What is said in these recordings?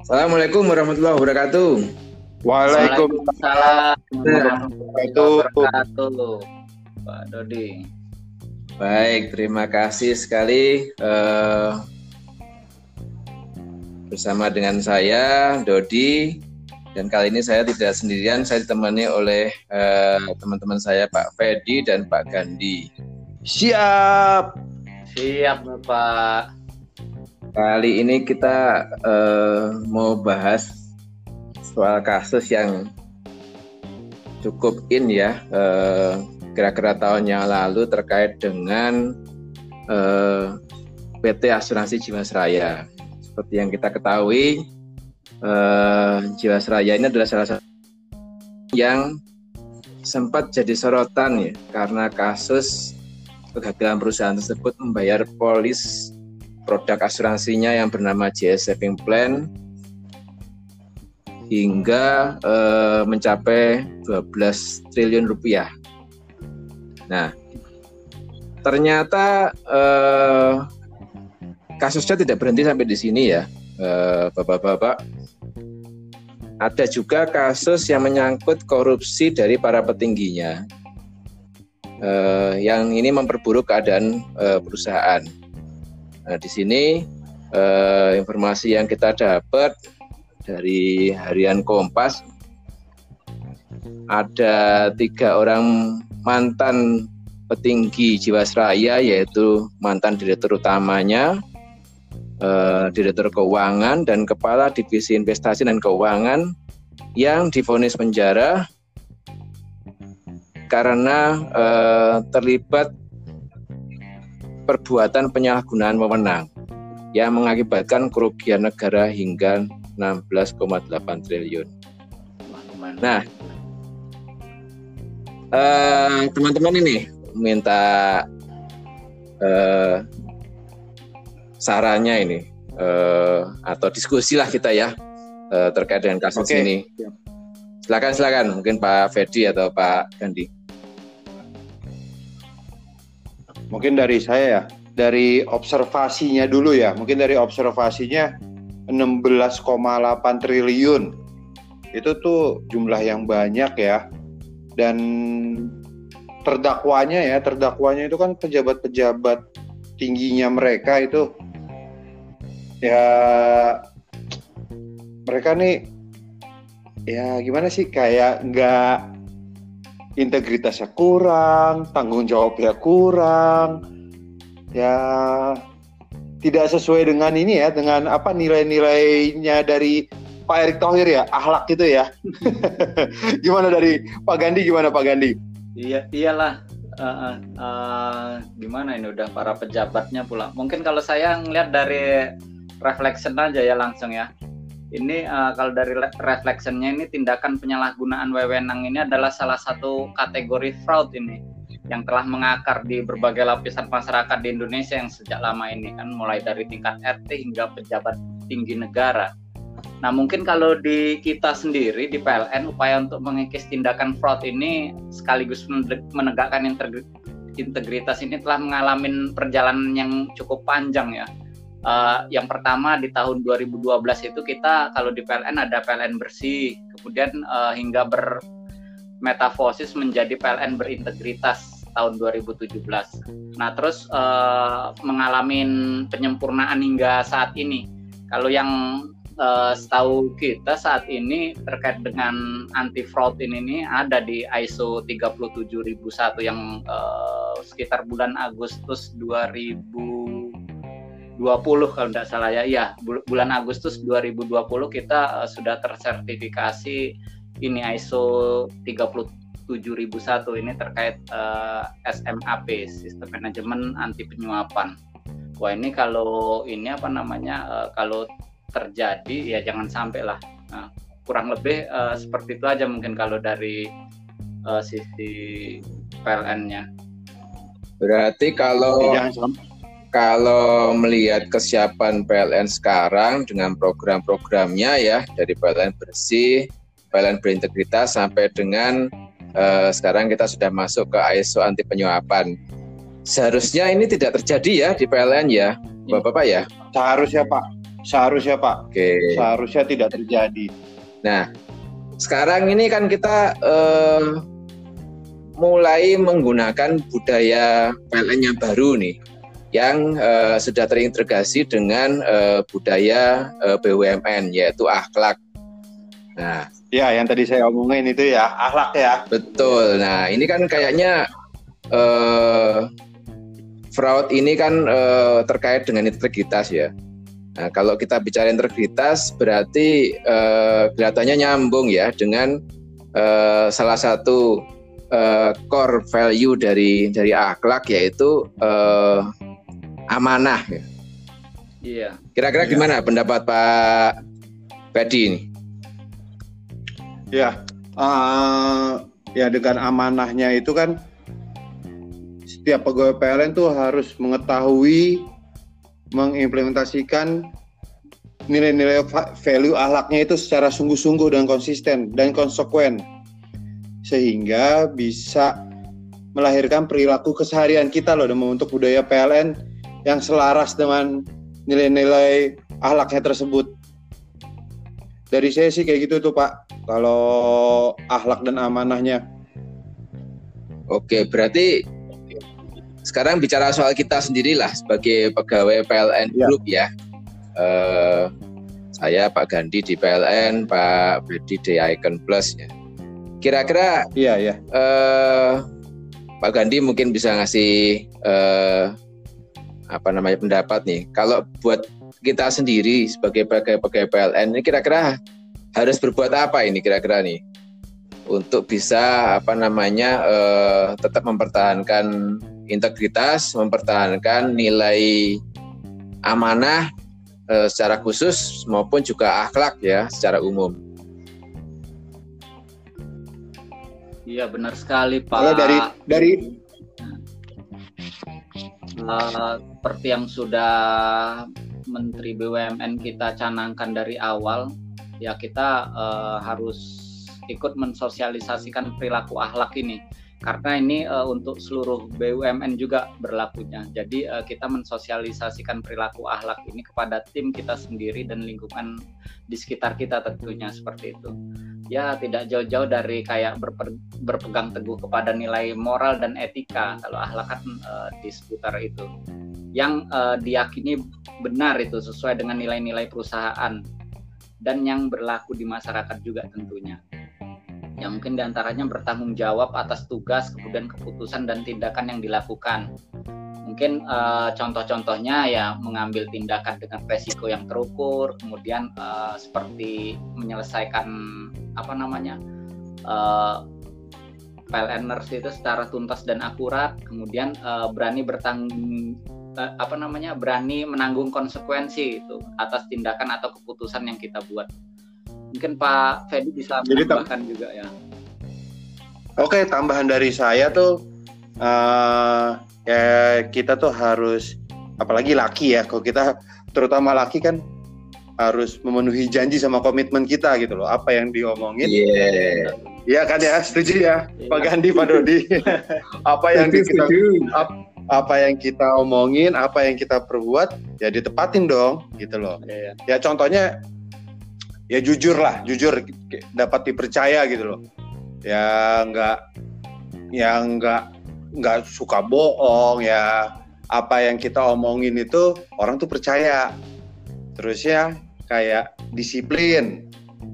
Assalamualaikum warahmatullahi wabarakatuh. Waalaikumsalam warahmatullahi Itu wabarakatuh, Pak Dodi. baik, terima kasih sekali bersama dengan saya Dodi, dan kali ini saya tidak sendirian, saya ditemani oleh teman-teman saya Pak Fedi dan Pak Gandhi. Siap Bapak. Kali ini kita mau bahas soal kasus yang cukup ya, kira-kira tahun yang lalu terkait dengan PT Asuransi Jiwasraya. Seperti yang kita ketahui, Jiwasraya ini adalah salah satu yang sempat jadi sorotan ya, karena kasus kegagalan perusahaan tersebut membayar polis produk asuransinya yang bernama JS Saving Plan hingga mencapai 12 triliun rupiah. Nah, ternyata kasusnya tidak berhenti sampai di sini ya, Bapak-bapak. Ada juga kasus yang menyangkut korupsi dari para petingginya, yang ini memperburuk keadaan perusahaan. Nah, di sini informasi yang kita dapat dari harian Kompas, ada 3 orang mantan petinggi Jiwasraya, yaitu mantan direktur utamanya, direktur keuangan, dan kepala divisi investasi dan keuangan yang divonis penjara karena terlibat perbuatan penyalahgunaan wewenang yang mengakibatkan kerugian negara hingga 16,8 triliun. Nah, teman-teman ini minta sarannya ini, atau diskusi lah kita ya, terkait dengan kasus ini. Silakan, mungkin Pak Fedi atau Pak Gandhi. Mungkin dari saya ya, dari observasinya dulu ya. Mungkin dari observasinya 16,8 triliun. Itu tuh jumlah yang banyak ya. Dan terdakwanya itu kan pejabat-pejabat tingginya mereka itu. Ya, mereka nih ya gimana sih, kayak nggak, integritasnya kurang, tanggung jawabnya kurang, ya tidak sesuai dengan ini ya, dengan apa nilai-nilainya dari Pak Erick Thohir ya, akhlak gitu ya. Gimana dari Pak Gandhi, gimana Pak Gandhi? Iyalah. Gimana ini, udah para pejabatnya pula. Mungkin kalau saya ngelihat dari reflection aja ya langsung ya. Ini kalau dari reflectionnya ini, tindakan penyalahgunaan wewenang ini adalah salah satu kategori fraud ini yang telah mengakar di berbagai lapisan masyarakat di Indonesia yang sejak lama ini kan, mulai dari tingkat RT hingga pejabat tinggi negara. Nah, mungkin kalau di kita sendiri di PLN, upaya untuk mengikis tindakan fraud ini sekaligus menegakkan integritas ini telah mengalami perjalanan yang cukup panjang ya. Yang pertama di tahun 2012 itu kita kalau di PLN ada PLN bersih, kemudian hingga bermetafosis menjadi PLN berintegritas tahun 2017. Nah, terus mengalami penyempurnaan hingga saat ini. Kalau yang setahu kita saat ini terkait dengan anti fraud ini ada di ISO 37001 yang sekitar bulan Agustus 2020 kalau tidak salah ya, bulan Agustus 2020 kita sudah tersertifikasi ini ISO 37001 ini terkait SMAP, Sistem Manajemen Anti Penyuapan. Wah, ini kalau ini kalau terjadi ya jangan sampai lah. Nah, kurang lebih seperti itu aja mungkin kalau dari sisi PLN-nya. Berarti kalau melihat kesiapan PLN sekarang dengan program-programnya ya, dari PLN bersih, PLN berintegritas, sampai dengan sekarang kita sudah masuk ke ISO anti penyuapan. Seharusnya ini tidak terjadi ya di PLN ya, Bapak-bapak ya? Seharusnya Pak. Seharusnya Pak, Oke. seharusnya tidak terjadi. Nah, sekarang ini kan kita mulai menggunakan budaya PLN yang baru nih, yang sudah terintegrasi dengan budaya BUMN, yaitu akhlak. Nah, Ya, yang tadi saya omongin itu ya, akhlak ya. betul. Nah, ini kan kayaknya fraud ini kan terkait dengan integritas ya. Nah, kalau kita bicara integritas berarti kelihatannya nyambung ya dengan salah satu core value dari akhlak, yaitu amanah. Iya. Kira-kira gimana pendapat Pak Pedi ini? Ya, ya dengan amanahnya itu kan setiap pegawai PLN tuh harus mengetahui, mengimplementasikan nilai-nilai value akhlaknya itu secara sungguh-sungguh dan konsisten dan konsekuen, sehingga bisa melahirkan perilaku keseharian kita loh, dan membentuk budaya PLN yang selaras dengan nilai-nilai akhlaknya tersebut. Dari saya sih kayak gitu tuh Pak, kalau akhlak dan amanahnya. Oke, berarti sekarang bicara soal kita sendirilah sebagai pegawai PLN Group ya. Saya Pak Gandhi di PLN, Pak Bedi di Icon Plus ya. Kira-kira Pak Gandhi mungkin bisa ngasih pendapat nih. Kalau buat kita sendiri sebagai pegawai PLN ini kira-kira harus berbuat apa ini kira-kira nih untuk bisa tetap mempertahankan integritas, mempertahankan nilai amanah secara khusus maupun juga akhlak ya secara umum. Iya benar sekali Pak. Dari seperti yang sudah Menteri BUMN kita canangkan dari awal, ya kita harus ikut mensosialisasikan perilaku akhlak ini, karena ini untuk seluruh BUMN juga berlakunya. Jadi kita mensosialisasikan perilaku akhlak ini kepada tim kita sendiri dan lingkungan di sekitar kita tentunya, seperti itu. Ya tidak jauh-jauh dari kayak berpegang teguh kepada nilai moral dan etika. Kalau akhlak kan di seputar itu yang diyakini benar, itu sesuai dengan nilai-nilai perusahaan dan yang berlaku di masyarakat juga tentunya. Ya mungkin diantaranya bertanggung jawab atas tugas, kemudian keputusan dan tindakan yang dilakukan. Mungkin contoh-contohnya ya mengambil tindakan dengan resiko yang terukur, kemudian seperti menyelesaikan PLNers itu secara tuntas dan akurat, kemudian berani berani menanggung konsekuensi itu atas tindakan atau keputusan yang kita buat. Mungkin Pak Fedi bisa menambahkan juga ya. Oke, tambahan dari saya tuh kita tuh harus, apalagi laki ya, kalau kita terutama laki kan harus memenuhi janji sama komitmen kita gitu loh, apa yang diomongin. Iya kan ya, setuju ya Pak Gandhi, Pak Dodi. Apa yang kita omongin, apa yang kita perbuat ya ditepatin dong gitu loh. Ya contohnya ya jujur dapat dipercaya gitu loh. Ya nggak suka bohong ya, apa yang kita omongin itu orang tuh percaya. Terus ya kayak disiplin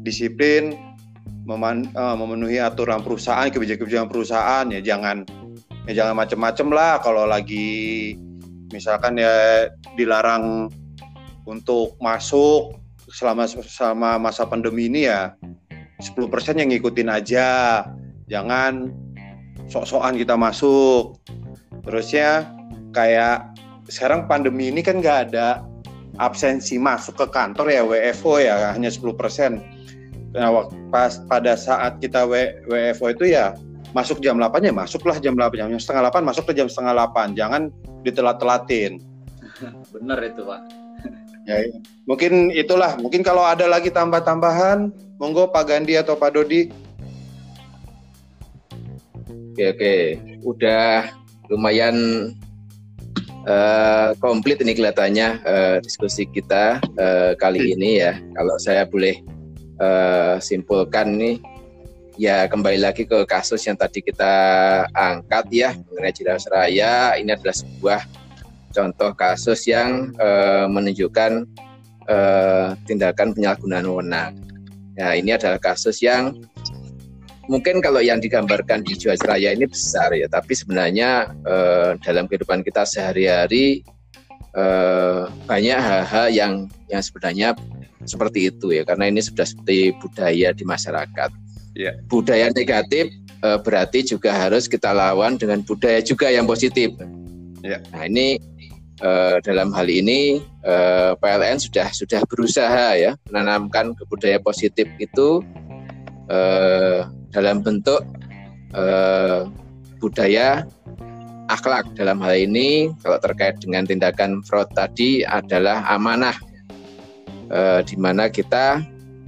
memenuhi aturan perusahaan, kebijakan perusahaan, ya jangan macem-macem lah. Kalau lagi misalkan ya dilarang untuk masuk selama masa pandemi ini ya 10% yang ngikutin aja, jangan sok-sokan kita masuk. Terus ya kayak sekarang pandemi ini kan nggak ada absensi masuk ke kantor ya, WFO ya, hanya 10%. Nah, pada saat kita WFO itu ya masuk jam 8 ya masuklah jam 8, jam setengah 8 masuk ke jam setengah 8, jangan ditelat-telatin. Bener itu Pak. Ya, mungkin itulah, mungkin kalau ada lagi tambah-tambahan, monggo Pak Gandhi atau Pak Dodi. Oke, udah lumayan komplit ini kelihatannya diskusi kita kali ini ya. Kalau saya boleh simpulkan nih, ya kembali lagi ke kasus yang tadi kita angkat ya mengenai Jiwasraya. Ini adalah sebuah contoh kasus yang menunjukkan tindakan penyalahgunaan wewenang. Ya, ini adalah kasus yang mungkin kalau yang digambarkan di Jiwasraya ini besar ya, tapi sebenarnya dalam kehidupan kita sehari-hari banyak hal-hal yang sebenarnya seperti itu ya, karena ini sudah seperti budaya di masyarakat. Yeah. Budaya negatif berarti juga harus kita lawan dengan budaya juga yang positif. Yeah. Nah ini dalam hal ini PLN sudah berusaha ya menanamkan budaya positif itu dalam bentuk budaya akhlak. Dalam hal ini kalau terkait dengan tindakan fraud tadi adalah amanah, di mana kita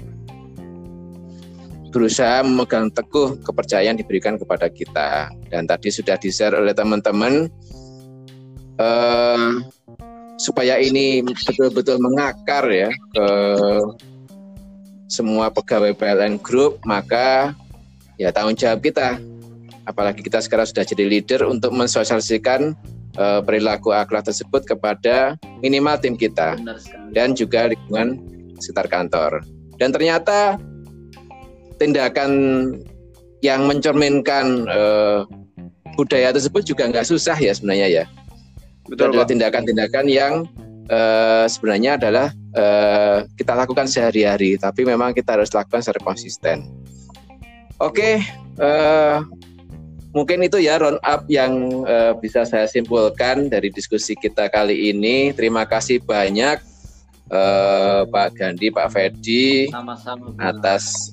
berusaha memegang teguh kepercayaan diberikan kepada kita. Dan tadi sudah di-share oleh teman-teman, supaya ini betul-betul mengakar ya ke semua pegawai PLN Group, maka ya tanggung jawab kita, apalagi kita sekarang sudah jadi leader, untuk mensosialisasikan perilaku akhlak tersebut kepada minimal tim kita dan juga lingkungan sekitar kantor. Dan ternyata tindakan yang mencerminkan budaya tersebut juga nggak susah ya sebenarnya ya. Betul, adalah tindakan-tindakan yang sebenarnya adalah kita lakukan sehari-hari, tapi memang kita harus lakukan secara konsisten. Oke, mungkin itu ya round up yang bisa saya simpulkan dari diskusi kita kali ini. Terima kasih banyak Pak Gandhi, Pak Fedi, atas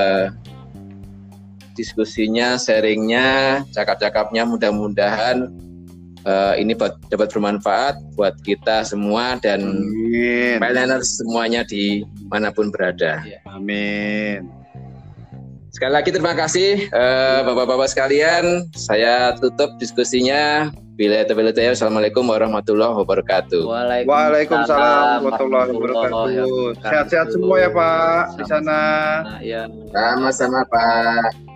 diskusinya, sharingnya, cakap-cakapnya. Mudah-mudahan ini dapat bermanfaat buat kita semua dan PLNers semuanya di manapun berada. Amin. Sekali lagi terima kasih Bapak-Bapak sekalian. Saya tutup diskusinya. Assalamualaikum warahmatullahi wabarakatuh. Waalaikumsalam warahmatullahi wabarakatuh. Sehat-sehat semua ya Pak di sana. Sama-sama Pak.